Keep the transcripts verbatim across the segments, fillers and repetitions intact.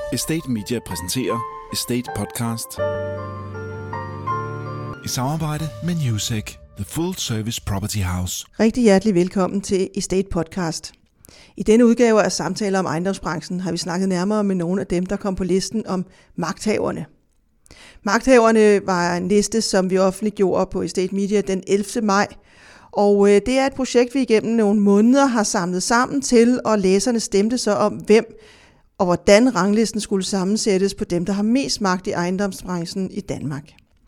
Estate Media præsenterer Estate Podcast i samarbejde med Newsec, The Full Service Property House. Rigtig hjertelig velkommen til Estate Podcast. I denne udgave af Samtaler om ejendomsbranchen har vi snakket nærmere med nogle af dem, der kom på listen om magthaverne. Magthaverne var en liste, som vi offentliggjorde på Estate Media den ellevte maj, og det er et projekt, vi igennem nogle måneder har samlet sammen til, og læserne stemte så om, hvem og hvordan ranglisten skulle sammensættes på dem, der har mest magt i ejendomsbranchen i Danmark.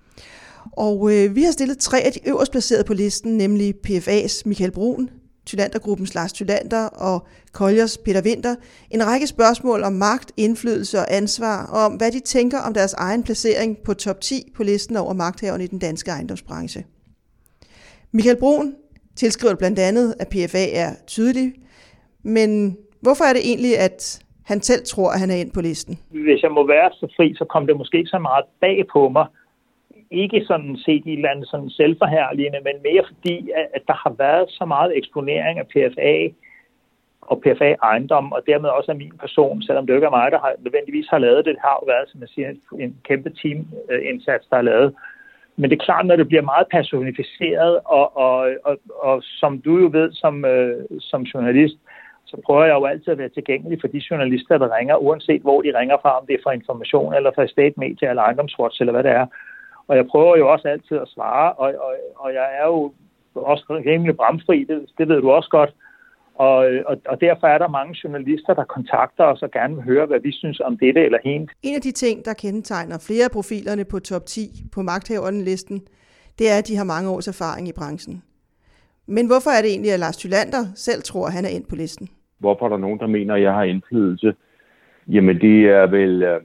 Og øh, vi har stillet tre af de øverst placerede på listen, nemlig P F A's Michael Bruun, Thylander-gruppens Lars Thylander og Colliers Peter Winther, en række spørgsmål om magt, indflydelse og ansvar, og om hvad de tænker om deres egen placering på top ti på listen over magthaverne i den danske ejendomsbranche. Michael Bruun tilskriver blandt andet, at P F A er tydelig, men hvorfor er det egentlig, at han selv tror, at han er ind på listen? Hvis jeg må være så fri, så kom det måske ikke så meget bag på mig. Ikke sådan set i et eller andet sådan selvforherligende, men mere fordi, at der har været så meget eksponering af P F A og P F A-ejendom, og dermed også af min person, selvom det ikke er mig, der har, nødvendigvis har lavet det. Det har jo været, som jeg siger, en kæmpe teamindsats, der er lavet. Men det er klart, når det bliver meget personificeret, og, og, og, og som du jo ved som, øh, som journalist, så prøver jeg jo altid at være tilgængelig for de journalister, der ringer, uanset hvor de ringer fra, om det er for Information, eller for Estate Media, eller Ejendomswatch, eller hvad det er. Og jeg prøver jo også altid at svare, og, og, og jeg er jo også rimelig bramfri, det, det ved du også godt. Og, og, og derfor er der mange journalister, der kontakter os og gerne vil høre, hvad vi synes om dette eller hent. En af de ting, der kendetegner flere af profilerne på top ti på magthaverne-listen, det er, at de har mange års erfaring i branchen. Men hvorfor er det egentlig, at Lars Thylander selv tror, at han er ind på listen? Hvorfor er der nogen, der mener, at jeg har indflydelse? Jamen, det er vel øh,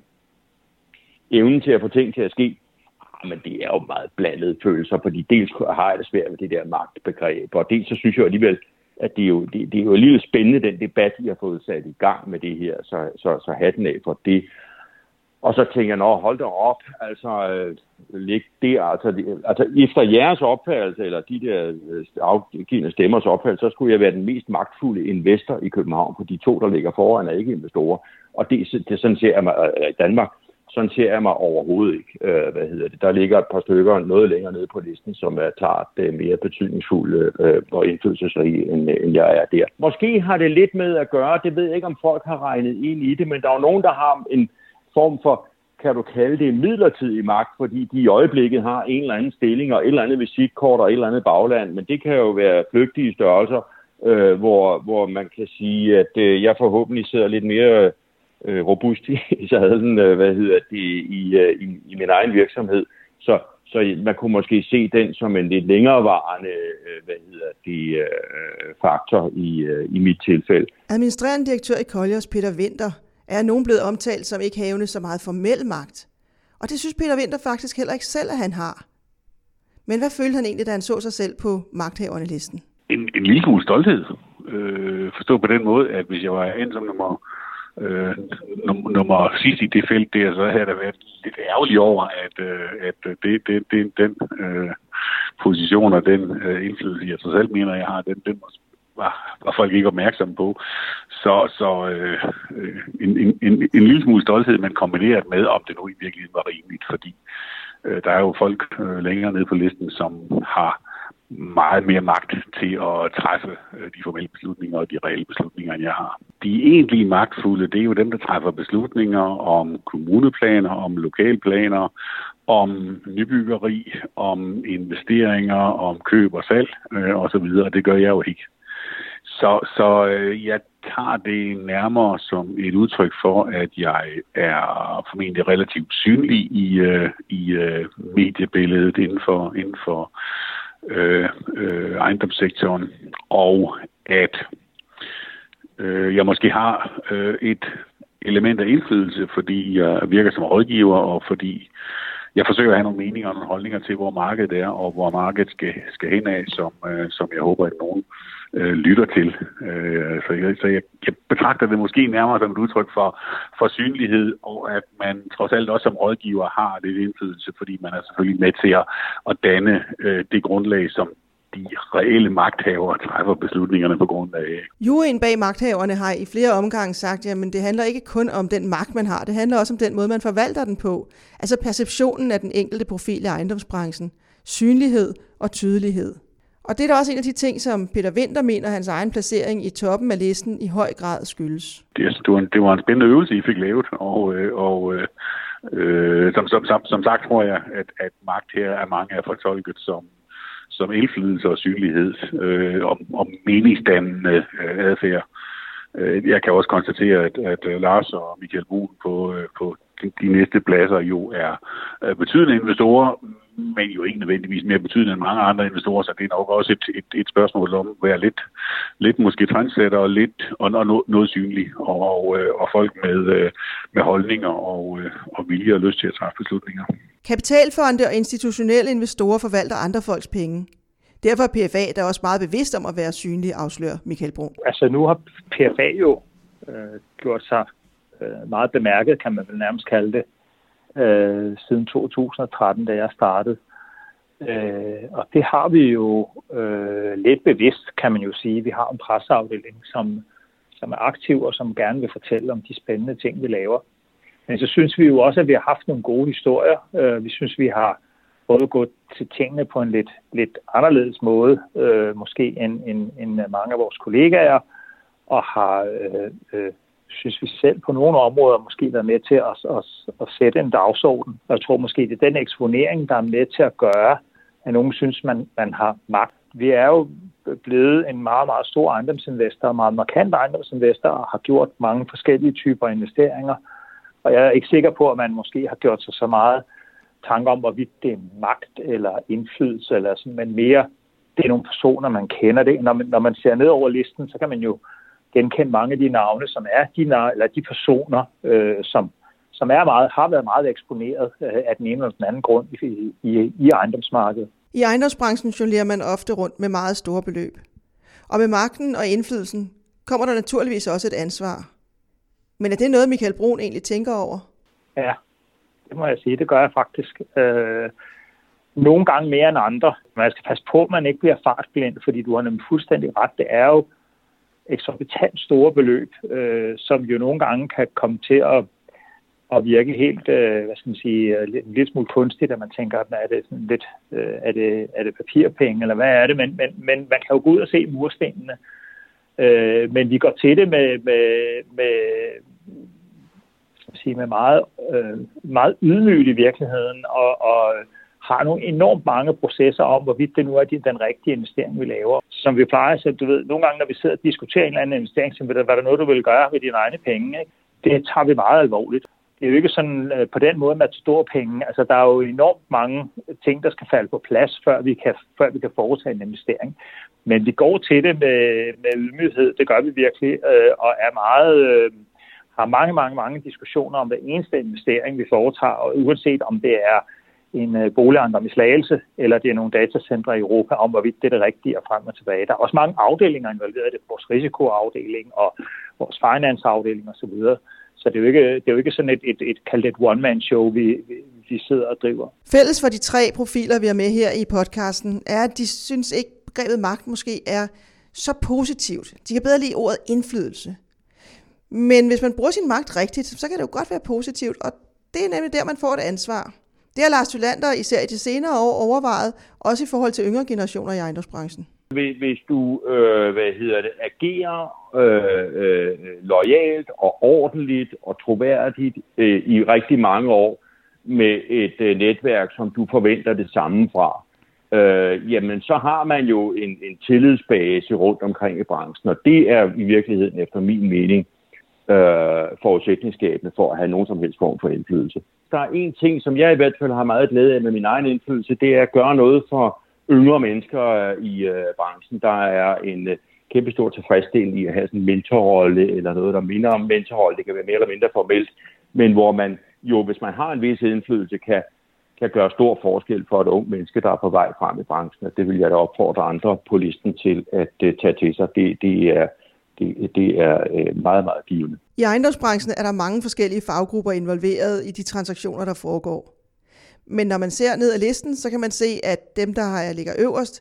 evnen til at få ting til at ske. Men det er jo meget blandede følelser, fordi dels har jeg det svært med det der magtbegreb, og dels så synes jeg alligevel, at det er jo, det, det er jo alligevel spændende, den debat, I har fået sat i gang med det her, så, så, så hatten af for det. Og så tænker jeg, nå, hold da op, altså, øh, læg det, altså, det, altså, efter jeres opfattelse, eller de der afgivende stemmers opfattelse, så skulle jeg være den mest magtfulde investor i København, for de to, der ligger foran, er ikke investorer. Og det, det sådan ser jeg mig i Danmark, sådan ser jeg mig overhovedet ikke. Øh, hvad hedder det? Der ligger et par stykker noget længere nede på listen, som er klart øh, mere betydningsfulde øh, og indflydelsesrige, end, end jeg er der. Måske har det lidt med at gøre, det ved jeg ikke, om folk har regnet ind i det, men der er jo nogen, der har en form for, kan du kalde det, midlertidig magt, fordi de i øjeblikket har en eller anden stilling og et eller andet visitkort og et eller andet bagland, men det kan jo være flygtige størrelser, øh, hvor, hvor man kan sige, at øh, jeg forhåbentlig sidder lidt mere øh, robust i sadlen, øh, hvad hedder det, i, øh, i, i min egen virksomhed. Så, så man kunne måske se den som en lidt længerevarende øh, hvad hedder det, øh, faktor i, øh, i mit tilfælde. Administrerende direktør i Colliers, Peter Winther, er nogen blevet omtalt som ikke havende så meget formel magt. Og det synes Peter Winther faktisk heller ikke selv, at han har. Men hvad følte han egentlig, da han så sig selv på magthaverne-listen? En, en lille smule stolthed. Øh, forstå på den måde, at hvis jeg var endt som nummer, øh, nummer, nummer sidst i det felt der, så havde jeg da været lidt ærgerlig over, at, øh, at det, det, det, den øh, position og den øh, indflydelse, jeg trods alt mener, jeg har, den, den Var, var folk ikke opmærksomme på. Så, så øh, en, en, en, en lille smule stolthed, men kombineret med, om det nu i virkeligheden var rimeligt, fordi øh, der er jo folk øh, længere nede på listen, som har meget mere magt til at træffe øh, de formelle beslutninger og de reelle beslutninger, end jeg har. De egentlige magtfulde, det er jo dem, der træffer beslutninger om kommuneplaner, om lokalplaner, om nybyggeri, om investeringer, om køb og salg øh, osv. Det gør jeg jo ikke. Så, så øh, jeg tager det nærmere som et udtryk for, at jeg er formentlig relativt synlig i, øh, i øh, mediebilledet inden for, inden for øh, øh, ejendomssektoren, og at øh, jeg måske har øh, et element af indflydelse, fordi jeg virker som rådgiver, og fordi jeg forsøger at have nogle meninger og nogle holdninger til, hvor markedet er, og hvor markedet skal, skal hen af, som, øh, som jeg håber, at nogen øh, lytter til. Øh, så jeg, så jeg, jeg betragter det måske nærmere som et udtryk for, for synlighed, og at man trods alt også som rådgiver har lidt indflydelse, fordi man er selvfølgelig med til at, at danne øh, det grundlag, som de reelle magthavere træffer beslutningerne på grund af. Juryen bag magthaverne har i flere omgange sagt, at det handler ikke kun om den magt, man har, det handler også om den måde, man forvalter den på. Altså perceptionen af den enkelte profil i ejendomsbranchen, synlighed og tydelighed. Og det er da også en af de ting, som Peter Winther mener, hans egen placering i toppen af listen i høj grad skyldes. Det, det, var, en, det var en spændende øvelse, I fik lavet, og, og øh, som, som, som, som sagt tror jeg, at, at magt her er mange af fortolket som, som indflydelse og synlighed øh, om, om meningsdannende øh, adfærd. Jeg kan også konstatere, at, at Lars og Michael Brun på, på de næste pladser jo er betydende investorer, men jo ikke nødvendigvis mere betydende end mange andre investorer, så det er nok også et, et, et spørgsmål om at være lidt, lidt måske trendsetter og lidt og, og noget, noget synligt, og, og, og folk med, med holdninger og, og vilje og lyst til at træffe beslutninger. Kapitalfonde og institutionelle investorer forvalter andre folks penge. Derfor er P F A da også meget bevidst om at være synlig, afslører Michael Brun. Altså nu har P F A jo øh, gjort sig øh, meget bemærket, kan man vel nærmest kalde det, øh, siden to tusind og tretten, da jeg startede. Øh, og det har vi jo øh, lidt bevidst, kan man jo sige. Vi har en presseafdeling, som, som er aktiv og som gerne vil fortælle om de spændende ting, vi laver. Men så synes vi jo også, at vi har haft nogle gode historier. Øh, vi synes, vi har både gå til tingene på en lidt, lidt anderledes måde, øh, måske end, end, end mange af vores kollegaer, og har, øh, øh, synes vi selv, på nogle områder måske været med til at, at, at sætte en dagsorden. Og jeg tror måske, det er den eksponering, der er med til at gøre, at nogen synes, man, man har magt. Vi er jo blevet en meget, meget stor ejendomsinvestor, meget markant ejendomsinvestor, og har gjort mange forskellige typer investeringer. Og jeg er ikke sikker på, at man måske har gjort sig så meget tanker om, hvorvidt det er magt eller indflydelse, eller sådan, men mere, det er nogle personer, man kender det. Når man, når man ser ned over listen, så kan man jo genkende mange af de navne, som er de, eller de personer, øh, som, som er meget, har været meget eksponeret øh, af den ene eller den anden grund i, i, i ejendomsmarkedet. I ejendomsbranchen jonglerer man ofte rundt med meget store beløb. Og med magten og indflydelsen kommer der naturligvis også et ansvar. Men er det noget, Michael Brun egentlig tænker over? Ja. Det må jeg sige, det gør jeg faktisk. Øh, nogle gange mere end andre. Man skal passe på, at man ikke bliver fartblind, fordi du har nemlig fuldstændig ret. Det er jo eksorbitant store beløb, øh, som jo nogle gange kan komme til at, at virke helt, øh, hvad skal man sige, lidt, lidt smule kunstigt, at man tænker, at er det sådan lidt, øh, er det, er det papirpenge, eller hvad er det? Men, men, men man kan jo gå ud og se murstenene. Øh, men vi går til det med, med, med sige, med meget, øh, meget ydmygt i virkeligheden, og, og har nogle enormt mange processer om, hvorvidt det nu er den rigtige investering, vi laver. Som vi plejer, så du ved, nogle gange, når vi sidder og diskuterer en eller anden investering, så hvad der noget, du vil gøre med dine egne penge, ikke? Det tager vi meget alvorligt. Det er jo ikke sådan øh, på den måde med store penge. Altså, der er jo enormt mange ting, der skal falde på plads, før vi kan, før vi kan foretage en investering. Men vi går til det med, med ydmyghed, det gør vi virkelig, øh, og er meget... Øh, har mange, mange, mange diskussioner om hver eneste investering, vi foretager, og uanset om det er en uh, boligejendom i Slagelse, eller det er nogle datacentre i Europa, om hvorvidt det er det rigtige og frem og tilbage. Der er også mange afdelinger involveret, det er vores risikoafdeling og vores financeafdeling osv. Så, så det er jo ikke, det er jo ikke sådan et, et, et kaldt et one-man-show, vi, vi, vi sidder og driver. Fælles for de tre profiler, vi har med her i podcasten, er, at de synes ikke, begrebet magt måske er så positivt. De kan bedre lide ordet indflydelse. Men hvis man bruger sin magt rigtigt, så kan det jo godt være positivt, og det er nemlig der, man får et ansvar. Det har Lars Thylander især i de senere år overvejet, også i forhold til yngre generationer i ejendomsbranchen. Hvis du øh, hvad hedder det, agerer øh, øh, loyalt og ordentligt og troværdigt øh, i rigtig mange år med et øh, netværk, som du forventer det samme fra, øh, jamen så har man jo en, en tillidsbase rundt omkring i branchen, og det er i virkeligheden efter min mening Øh, forudsætningsskabende for at have nogen som helst form for indflydelse. Der er en ting, som jeg i hvert fald har meget glæde af med min egen indflydelse, det er at gøre noget for yngre mennesker øh, i øh, branchen. Der er en øh, kæmpe stor tilfredsstillelse i at have sådan en mentorrolle eller noget, der minder om mentorrolle. Det kan være mere eller mindre formelt, men hvor man jo, hvis man har en vis indflydelse, kan, kan gøre stor forskel for et ung menneske, der er på vej frem i branchen. Og det vil jeg da opfordre andre på listen til at uh, tage til sig. Det, det er Det, det er øh, meget, meget givende. I ejendomsbranchen er der mange forskellige faggrupper involveret i de transaktioner, der foregår. Men når man ser ned ad listen, så kan man se, at dem, der ligger øverst,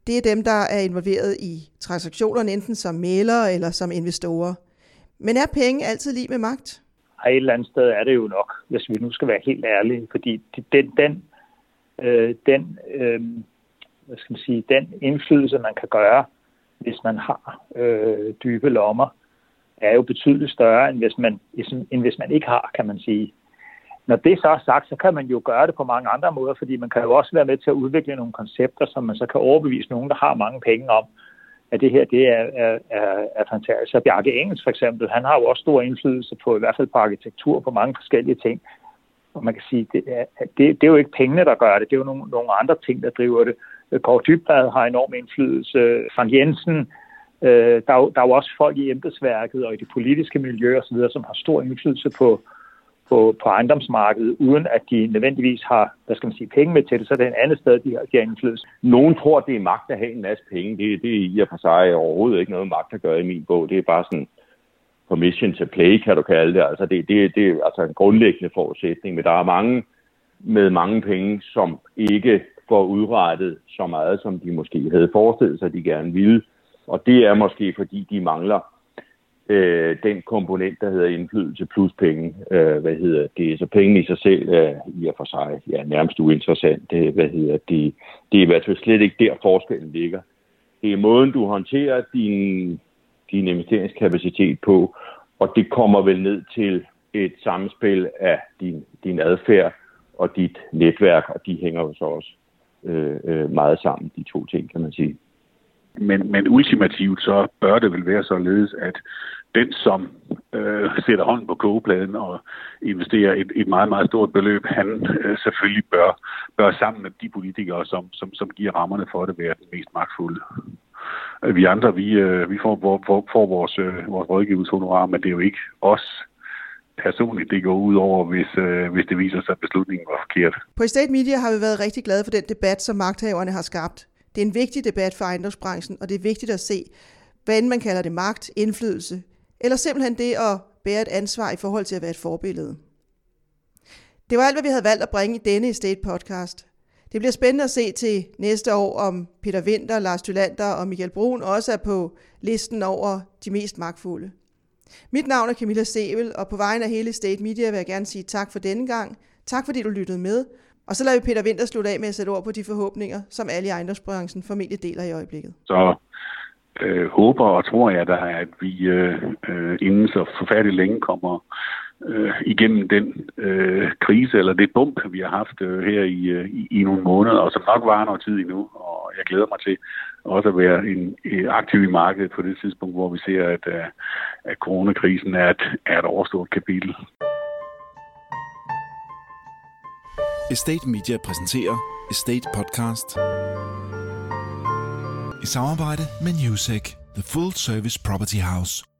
det er dem, der er involveret i transaktionerne, enten som mælere eller som investorer. Men er penge altid lig med magt? Ej, et eller andet sted er det jo nok, hvis vi nu skal være helt ærlige, fordi den, den, øh, den, øh, hvad skal man sige, den indflydelse, man kan gøre, hvis man har øh, dybe lommer, er jo betydeligt større, end hvis, man, end hvis man ikke har, kan man sige. Når det så er sagt, så kan man jo gøre det på mange andre måder, fordi man kan jo også være med til at udvikle nogle koncepter, som man så kan overbevise nogen, der har mange penge om, at det her det er, er, er, er fantastisk. Så Bjarke Ingels for eksempel, han har jo også stor indflydelse på, i hvert fald på arkitektur, på mange forskellige ting. Og man kan sige, det er, det, det er jo ikke pengene, der gør det, det er jo nogle, nogle andre ting, der driver det. Kåre Dybvad har enorm indflydelse. Frank Jensen, øh, der, er jo, der er jo også folk i embedsværket og i det politiske miljø osv., som har stor indflydelse på På, på ejendomsmarkedet, uden at de nødvendigvis har, hvad skal man sige, penge med til det, så er det en andet sted, de har, de har indflydelse. Nogen tror, det er magt at have en masse penge. Det, det er i og for sig overhovedet ikke noget magt at gøre i min bog. Det er bare sådan permission to play, kan du kalde det. Altså, det, det, det er altså en grundlæggende forudsætning, men der er mange med mange penge, som ikke får udrettet så meget, som de måske havde forestillet sig, de gerne ville. Og det er måske, fordi de mangler Øh, den komponent, der hedder indflydelse plus penge. Øh, hvad hedder det? Så penge i sig selv er i og for sig ja, nærmest uinteressant. Det, hvad hedder det? Det er i hvert fald slet ikke der forskellen ligger. Det er måden, du håndterer din, din investeringskapacitet på, og det kommer vel ned til et samspil af din, din adfærd og dit netværk, og de hænger jo så også øh, øh, meget sammen, de to ting, kan man sige. Men, men ultimativt så bør det vel være således, at den, som øh, sætter hånden på kogepladen og investerer et, et meget, meget stort beløb, han øh, selvfølgelig bør, bør sammen med de politikere, som, som, som giver rammerne for det, være den mest magtfulde. Vi andre, vi, øh, vi får, får, får vores, øh, vores rådgivningshonorar, men det er jo ikke os personligt, det går ud over, hvis, øh, hvis det viser sig, at beslutningen var forkert. På Estate Media har vi været rigtig glade for den debat, som magthaverne har skabt. Det er en vigtig debat for ejendomsbranchen, og det er vigtigt at se, hvad end man kalder det magt, indflydelse, eller simpelthen det at bære et ansvar i forhold til at være et forbillede. Det var alt, hvad vi havde valgt at bringe i denne Estate podcast. Det bliver spændende at se til næste år, om Peter Winther, Lars Thylander og Michael Brun også er på listen over de mest magtfulde. Mit navn er Camilla Sevel, og på vegne af hele Estate Media vil jeg gerne sige tak for denne gang. Tak fordi du lyttede med. Og så lader vi Peter Winther slutte af med at sætte ord på de forhåbninger, som alle i ejendomsbranchen formentlig deler i øjeblikket. Så øh, håber og tror jeg, der er, at vi øh, inden så forfærdeligt længe kommer øh, igennem den øh, krise, eller det bump, vi har haft øh, her i, øh, i, i nogle måneder, og som nok varer noget tid endnu. Og jeg glæder mig til også at være en, en aktiv i markedet på det tidspunkt, hvor vi ser, at, øh, at coronakrisen er et, er et overstået kapitel. Estate Media præsenterer Estate Podcast i samarbejde med Newsec, The Full Service Property House.